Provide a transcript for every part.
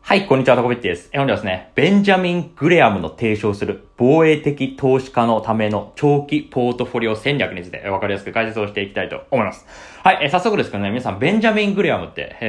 はい、こんにちは、タコビッチです。本日はですね、ベンジャミン・グレアムの提唱する防衛的投資家のための長期ポートフォリオ戦略について分かりやすく解説をしていきたいと思います。はい、早速ですけどね、皆さん、ベンジャミン・グレアムって、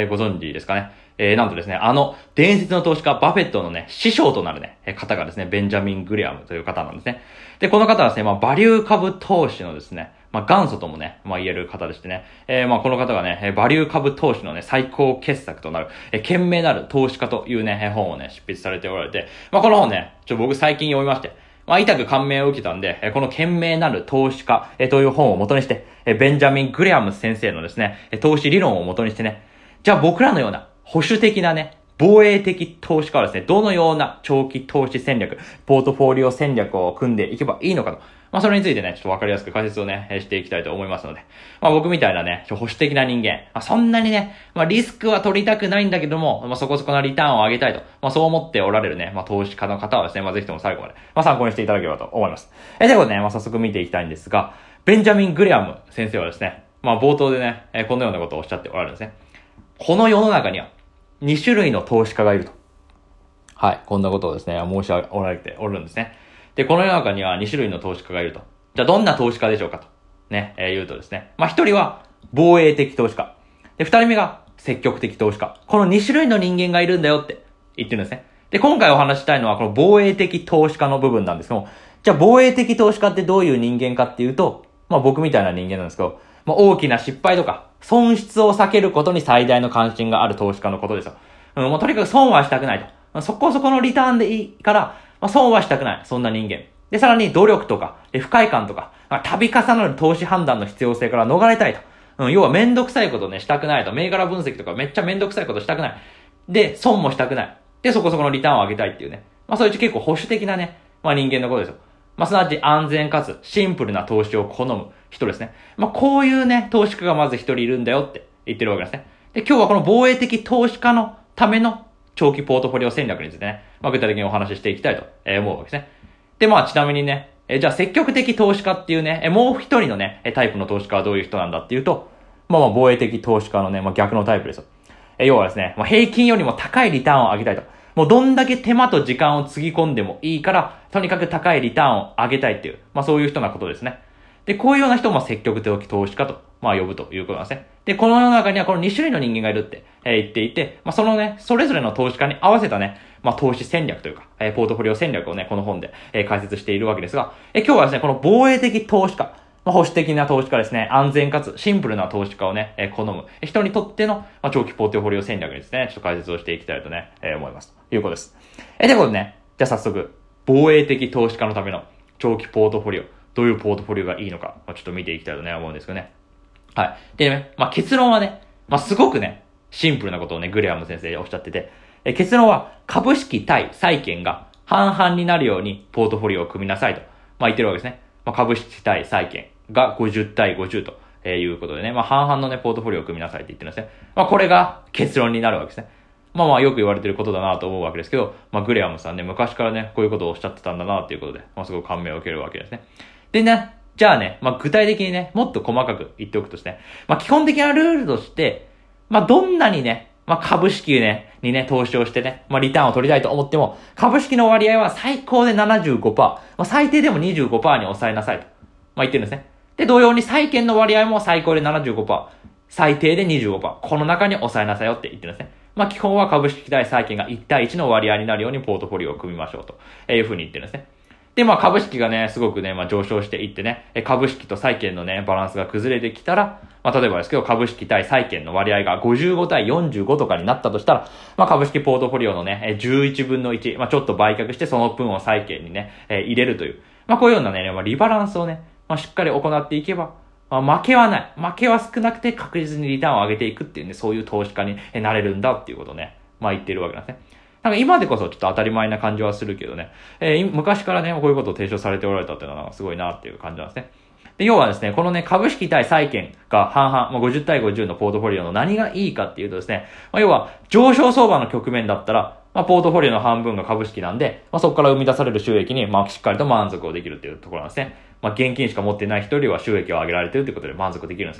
ご存知ですかね。なんとですね、伝説の投資家、バフェットのね、師匠となるね、方がですね、ベンジャミン・グレアムという方なんですね。で、この方はですね、バリュー株投資のですね、元祖ともね、言える方でしてね。この方がね、バリュー株投資のね、最高傑作となる、賢明なる投資家というね、本をね、執筆されておられて、この本ね、僕最近読みまして、痛く感銘を受けたんで、この賢明なる投資家、という本を元にして、ベンジャミン・グレアム先生のですね、投資理論を元にしてね、じゃあ僕らのような保守的なね、防衛的投資家はですね、どのような長期投資戦略、ポートフォリオ戦略を組んでいけばいいのかと。それについてね、ちょっとわかりやすく解説をね、していきたいと思いますので。僕みたいなね、保守的な人間、そんなにね、リスクは取りたくないんだけども、そこそこなリターンを上げたいと。そう思っておられるね、投資家の方はですね、ぜひとも最後まで、参考にしていただければと思います。ということでね、早速見ていきたいんですが、ベンジャミン・グレアム先生はですね、冒頭でね、このようなことをおっしゃっておられるんですね。この世の中には、2種類の投資家がいると。はい、こんなことをですね、申し上げおられておるんですね。で、この世の中には2種類の投資家がいると。じゃあどんな投資家でしょうかと。ね、言うとですね。1人は防衛的投資家。で、2人目が積極的投資家。この2種類の人間がいるんだよって言ってるんですね。で、今回お話ししたいのはこの防衛的投資家の部分なんですけども、じゃあ防衛的投資家ってどういう人間かっていうと、僕みたいな人間なんですけど、大きな失敗とか損失を避けることに最大の関心がある投資家のことですよ。もうとにかく損はしたくないと。そこそこのリターンでいいから、損はしたくない。そんな人間。で、さらに努力とか、不快感とか、度重なる投資判断の必要性から逃れたいと。要はめんどくさいことね、したくないと。銘柄分析とかめっちゃめんどくさいことしたくない。で、損もしたくない。で、そこそこのリターンを上げたいっていうね。そういう結構保守的なね、人間のことですよ。すなわち安全かつシンプルな投資を好む人ですね。こういうね、投資家がまず一人いるんだよって言ってるわけですね。で、今日はこの防衛的投資家のための長期ポートフォリオ戦略についてね、具体的にお話ししていきたいと思うわけですね。で、ちなみにね、じゃあ積極的投資家っていうね、もう一人のね、タイプの投資家はどういう人なんだっていうと、防衛的投資家のね、逆のタイプですよ。要はですね、平均よりも高いリターンを上げたいと。もうどんだけ手間と時間をつぎ込んでもいいから、とにかく高いリターンを上げたいっていう、そういう人なことですね。で、こういうような人も積極的投資家と、呼ぶということなんですね。で、この世の中にはこの2種類の人間がいるって、言っていて、そのね、それぞれの投資家に合わせたね、投資戦略というか、ポートフォリオ戦略をね、この本で、解説しているわけですが、今日はですね、この防衛的投資家、保守的な投資家ですね、安全かつシンプルな投資家をね、好む人にとっての、長期ポートフォリオ戦略にですね、ちょっと解説をしていきたいとね、思います。ということです。ということでね、じゃあ早速、防衛的投資家のための長期ポートフォリオ、どういうポートフォリオがいいのか、ちょっと見ていきたいとね、思うんですけどね。はい。でね、結論はね、すごくね、シンプルなことをね、グレアム先生おっしゃってて、結論は株式対債券が半々になるようにポートフォリオを組みなさいと、言ってるわけですね。株式対債券が50対50ということでね、半々のね、ポートフォリオを組みなさいって言ってるんですね。これが結論になるわけですね。よく言われてることだなと思うわけですけど、グレアムさんね、昔からね、こういうことをおっしゃってたんだなっていうことで、すごく感銘を受けるわけですね。でね、じゃあね、具体的にね、もっと細かく言っておくとですね、基本的なルールとして、どんなにね、株式ね、にね、投資をしてね、リターンを取りたいと思っても、株式の割合は最高で 75%、最低でも 25% に抑えなさいと、言ってるんですね。で、同様に債券の割合も最高で 75%、最低で 25%、この中に抑えなさいよって言ってるんですね。基本は株式対債券が1対1の割合になるようにポートフォリオを組みましょうというふうに言ってるんですね。で、株式がね、すごくね、上昇していってね、株式と債券のね、バランスが崩れてきたら、例えばですけど、株式対債券の割合が55対45とかになったとしたら、株式ポートフォリオのね、11分の1、ちょっと売却してその分を債券にね、入れるという、こういうようなね、リバランスをね、しっかり行っていけば、負けはない。負けは少なくて確実にリターンを上げていくっていうね、そういう投資家になれるんだっていうことをね、言ってるわけなんですね。今でこそちょっと当たり前な感じはするけどね、昔からね、こういうことを提唱されておられたっていうのはすごいなっていう感じなんですね。で、要はですね、このね、株式対債券が半々、50対50のポートフォリオの何がいいかっていうとですね、要は上昇相場の局面だったら、ポートフォリオの半分が株式なんで、そこから生み出される収益に、しっかりと満足をできるっていうところなんですね。現金しか持っていない人よりは収益を上げられてるってことで満足できるんですよ。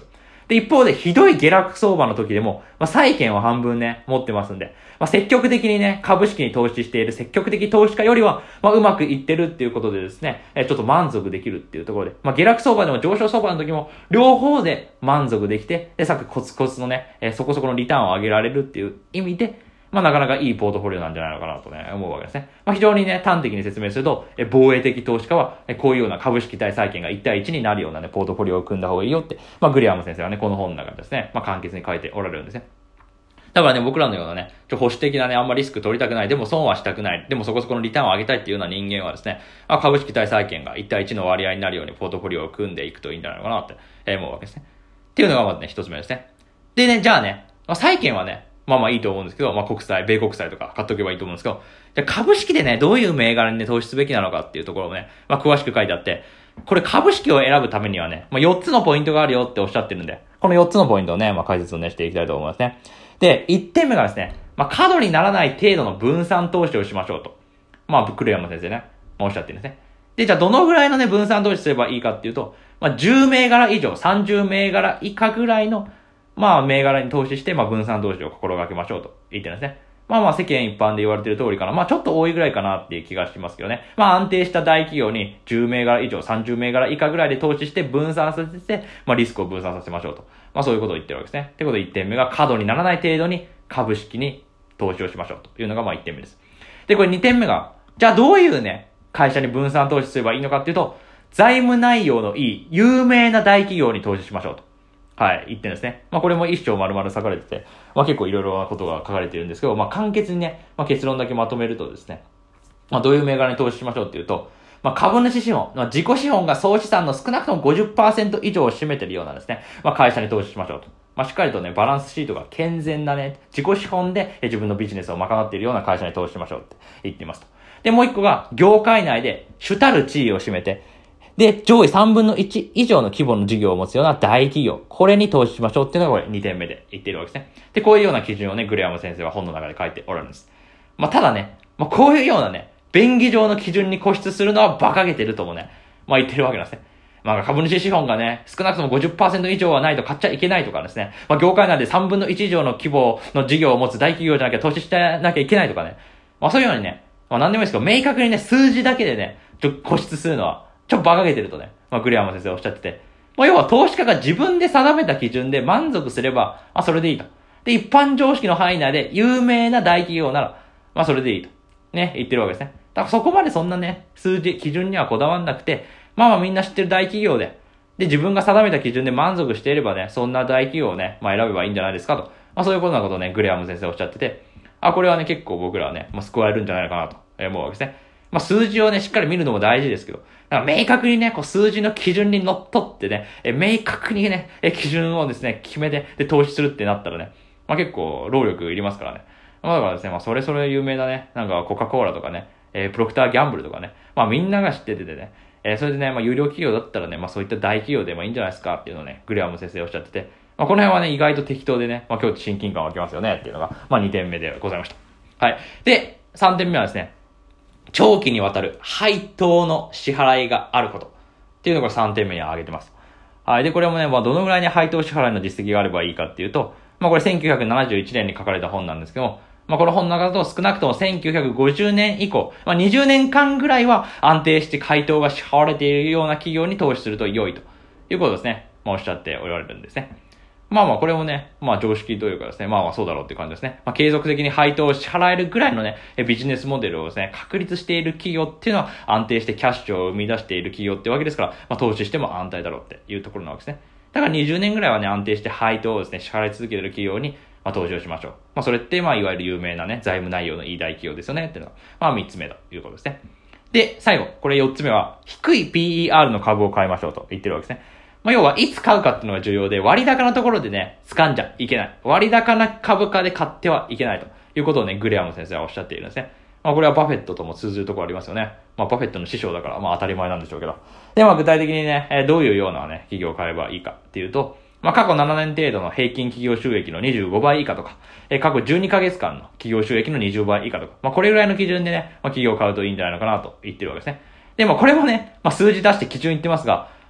で、一方でひどい下落相場の時でも、債券を半分ね、持ってますんで、積極的にね、株式に投資している積極的投資家よりは、うまくいってるっていうことでですね、ちょっと満足できるっていうところで、下落相場でも上昇相場の時も、両方で満足できて、で、さっきコツコツのね、そこそこのリターンを上げられるっていう意味で、なかなかいいポートフォリオなんじゃないのかなとね、思うわけですね。非常にね、端的に説明すると、防衛的投資家は、こういうような株式対債券が1対1になるようなね、ポートフォリオを組んだ方がいいよって、グリアム先生はね、この本の中でですね、簡潔に書いておられるんですね。だからね、僕らのようなね、保守的なね、あんまリスク取りたくない、でも損はしたくない、でもそこそこのリターンを上げたいっていうような人間はですね、株式対債券が1対1の割合になるようにポートフォリオを組んでいくといいんじゃないのかなって思うわけですね。っていうのがまずね、一つ目ですね。でね、じゃあね、債券はね、いいと思うんですけど、国債、米国債とか買っとけばいいと思うんですけど、じゃあ株式でね、どういう銘柄にね、投資すべきなのかっていうところをね、詳しく書いてあって、これ株式を選ぶためにはね、4つのポイントがあるよっておっしゃってるんで、この4つのポイントをね、解説をね、していきたいと思いますね。で、1点目がですね、過度にならない程度の分散投資をしましょうと。クレアム先生ね、おっしゃってるんですね。で、じゃあどのぐらいのね、分散投資すればいいかっていうと、10銘柄以上、30銘柄以下ぐらいの銘柄に投資して、分散投資を心がけましょうと言ってるんですね。世間一般で言われている通りかな。ちょっと多いぐらいかなっていう気がしますけどね。安定した大企業に10銘柄以上、30銘柄以下ぐらいで投資して分散させて、リスクを分散させましょうと。そういうことを言ってるわけですね。ってことで1点目が過度にならない程度に株式に投資をしましょうというのが1点目です。で、これ2点目が、じゃあどういうね、会社に分散投資すればいいのかっていうと、財務内容のいい、有名な大企業に投資しましょうと。言ってんですね。これも一章丸々書かれてて、結構いろいろなことが書かれているんですけど、簡潔にね、結論だけまとめるとですね、どういう銘柄に投資しましょうっていうと、株主資本、自己資本が総資産の少なくとも 50% 以上を占めているようなですね、会社に投資しましょうと。しっかりとね、バランスシートが健全なね、自己資本で自分のビジネスを賄っているような会社に投資しましょうって言っていますと。で、もう一個が、業界内で主たる地位を占めて、で、上位3分の1以上の規模の事業を持つような大企業。これに投資しましょうっていうのがこれ2点目で言っているわけですね。で、こういうような基準をね、グレアム先生は本の中で書いておられるんです。ただね、こういうようなね、便宜上の基準に固執するのは馬鹿げてるともね、言ってるわけなんですね。株主資本がね、少なくとも 50% 以上はないと買っちゃいけないとかですね。業界内で3分の1以上の規模の事業を持つ大企業じゃなきゃ投資してなきゃいけないとかね。そういうようにね、何でもいいですけど、明確にね、数字だけでね、固執するのは、馬鹿げてるとね、グレアム先生おっしゃってて、要は投資家が自分で定めた基準で満足すれば、それでいいと。で、一般常識の範囲内で有名な大企業なら、それでいいと。ね、言ってるわけですね。だからそこまでそんなね、数字、基準にはこだわんなくて、みんな知ってる大企業で、で、自分が定めた基準で満足していればね、そんな大企業をね、選べばいいんじゃないですかと。そういうことなことをね、グレアム先生おっしゃってて、これはね、結構僕らはね、救われるんじゃないのかなと思うわけですね。数字をね、しっかり見るのも大事ですけど、明確にね、数字の基準にのっとってね、明確にね、基準をですね、決めて、で、投資するってなったらね、結構、労力いりますからね。だからですね、それ有名なね、コカ・コーラとかね、プロクター・ギャンブルとかね、みんなが知っててね、それでね、有料企業だったらね、そういった大企業でもいいんじゃないですかっていうのをね、グレアム先生おっしゃってて、この辺はね、意外と適当でね、今日親近感湧きますよねっていうのが、2点目でございました。はい。で、3点目はですね、長期にわたる配当の支払いがあることっていうのが3点目に挙げてます。はい。で、これもね、どのぐらいに配当支払いの実績があればいいかっていうと、これ1971年に書かれた本なんですけども、この本の中だと少なくとも1950年以降、20年間ぐらいは安定して配当が支払われているような企業に投資すると良いということですね。おっしゃっておられるんですね。これもね、常識というかですね、そうだろうっていう感じですね。継続的に配当を支払えるぐらいのね、ビジネスモデルをですね、確立している企業っていうのは安定してキャッシュを生み出している企業ってわけですから、投資しても安泰だろうっていうところなわけですね。だから20年ぐらいはね、安定して配当をですね、支払い続けている企業に、投資をしましょう。それって、いわゆる有名なね、財務内容のいい大企業ですよねっていうのが、3つ目ということですね。で、最後、これ4つ目は、低い PER の株を買いましょうと言ってるわけですね。要は、いつ買うかっていうのが重要で、割高なところでね、掴んじゃいけない。割高な株価で買ってはいけないということをね、グレアム先生はおっしゃっているんですね。これはバフェットとも通ずるところありますよね。バフェットの師匠だから、当たり前なんでしょうけど。で、具体的にね、どういうようなね、企業を買えばいいかっていうと、過去7年程度の平均企業収益の25倍以下とか、過去12ヶ月間の企業収益の20倍以下とか、これぐらいの基準でね、企業を買うといいんじゃないのかなと言ってるわけですね。でもこれもね、数字出して基準言ってますが、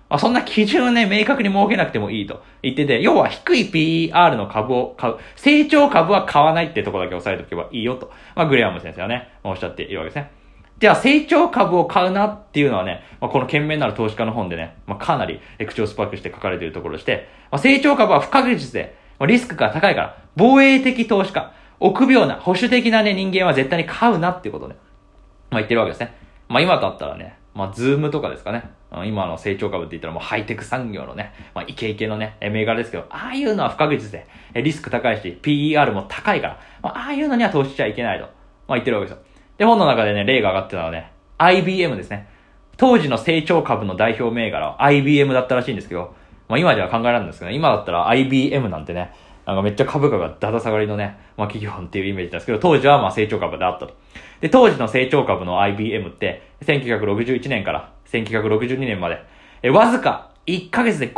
そんな基準をね、明確に設けなくてもいいと言ってて、要は低い PER の株を買う。成長株は買わないってところだけ押さえておけばいいよと。グレアム先生はね、おっしゃっているわけですね。じゃあ、成長株を買うなっていうのはね、この賢明なる投資家の本でね、かなり口をスパークして書かれているところでして、成長株は不確実で、リスクが高いから、防衛的投資家、臆病な、保守的なね、人間は絶対に買うなっていうことで、言ってるわけですね。今だったらね、ズームとかですかね。今の成長株って言ったらもうハイテク産業のね、イケイケのね、銘柄ですけど、ああいうのは不確実で、リスク高いし、PER も高いから、ああいうのには投資しちゃいけないと、言ってるわけですよ。で、本の中でね、例が上がってたのはね、IBM ですね。当時の成長株の代表銘柄は IBM だったらしいんですけど、今では考えられないんですけど、今だったら IBM なんてね、めっちゃ株価がだだ下がりのね、企業っていうイメージなんですけど、当時は成長株であったと。で、当時の成長株の IBM って、1961年から1962年まで、わずか1ヶ月で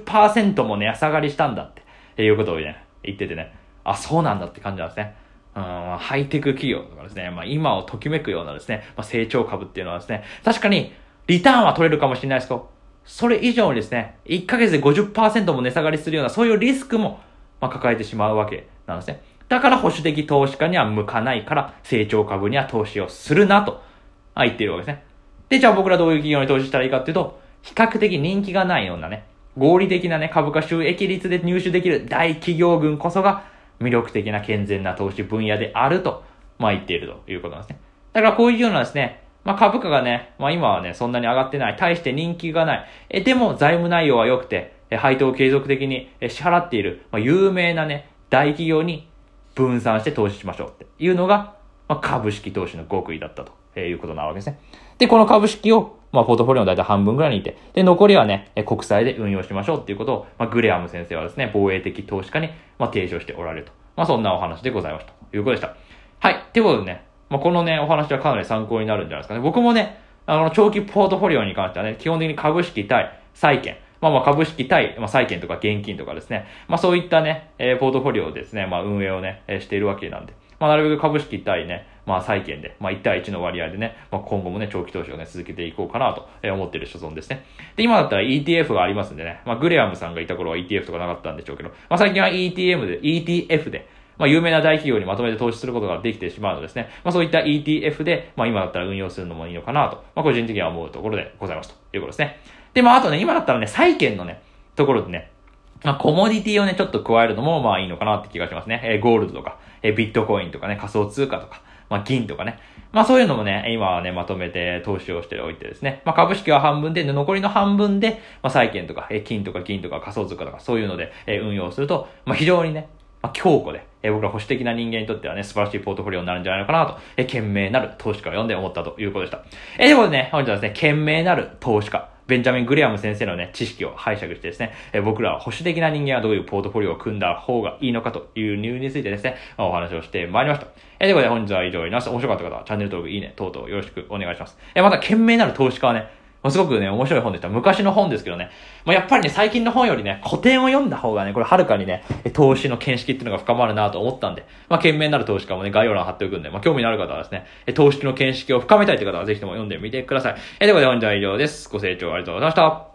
50% も値下がりしたんだっていうことをね、言っててね、そうなんだって感じなんですね。ハイテク企業とかですね、今をときめくようなですね、成長株っていうのはですね、確かにリターンは取れるかもしれないですけど、それ以上にですね、1ヶ月で 50% も値下がりするような、そういうリスクも抱えてしまうわけなんですね。だから保守的投資家には向かないから、成長株には投資をするなと、言っているわけですね。で、じゃあ僕らどういう企業に投資したらいいかっていうと、比較的人気がないようなね、合理的なね、株価収益率で入手できる大企業群こそが、魅力的な健全な投資分野であると、言っているということなんですね。だからこういうようなですね、株価がね、今はね、そんなに上がってない。対して人気がない。でも財務内容は良くて、配当を継続的に支払っている、有名なね、大企業に分散して投資しましょうっていうのが、株式投資の極意だったということなわけですね。で、この株式を、ポートフォリオの大体半分ぐらいにいて、で、残りはね、国債で運用しましょうっていうことを、グレアム先生はですね、防衛的投資家に、提唱しておられると。そんなお話でございました。ということでした。はい。ということでね、このね、お話はかなり参考になるんじゃないですかね。僕もね、長期ポートフォリオに関してはね、基本的に株式対債券、株式対、債券とか現金とかですね。そういったね、ポートフォリオをですね、運営をね、しているわけなんで。なるべく株式対ね、債券で、1対1の割合でね、今後もね、長期投資をね、続けていこうかなと思っている所存ですね。で、今だったら ETF がありますんでね、グレアムさんがいた頃は ETF とかなかったんでしょうけど、最近は ETF で、有名な大企業にまとめて投資することができてしまうのですね。そういった ETF で、今だったら運用するのもいいのかなと、個人的には思うところでございますということですね。で、あとね、今だったらね、債券のね、ところでね、コモディティをね、ちょっと加えるのも、いいのかなって気がしますね。ゴールドとか、ビットコインとかね、仮想通貨とか、銀とかね。そういうのもね、今はね、まとめて投資をしておいてですね。株式は半分で、残りの半分で、債券とか、金とか銀とか仮想通貨とか、そういうので、運用すると、非常にね、強固で、僕ら保守的な人間にとってはね、素晴らしいポートフォリオになるんじゃないのかなと、賢明なる投資家を読んで思ったということでした。ということでね、本日はですね、賢明なる投資家、ベンジャミン・グレアム先生のね、知識を拝借してですね、僕らは保守的な人間はどういうポートフォリオを組んだ方がいいのかという理由についてですね、お話をしてまいりました。ということで本日は以上になります。面白かった方はチャンネル登録、いいね、等々よろしくお願いします。また、賢明なる投資家はね、すごくね、面白い本でした。昔の本ですけどね。やっぱりね、最近の本よりね、古典を読んだ方がね、これはるかにね、投資の見識っていうのが深まるなと思ったんで、賢明なる投資家もね、概要欄貼っておくんで、興味のある方はですね、投資の見識を深めたいという方はぜひとも読んでみてください。ということで本日は以上です。ご清聴ありがとうございました。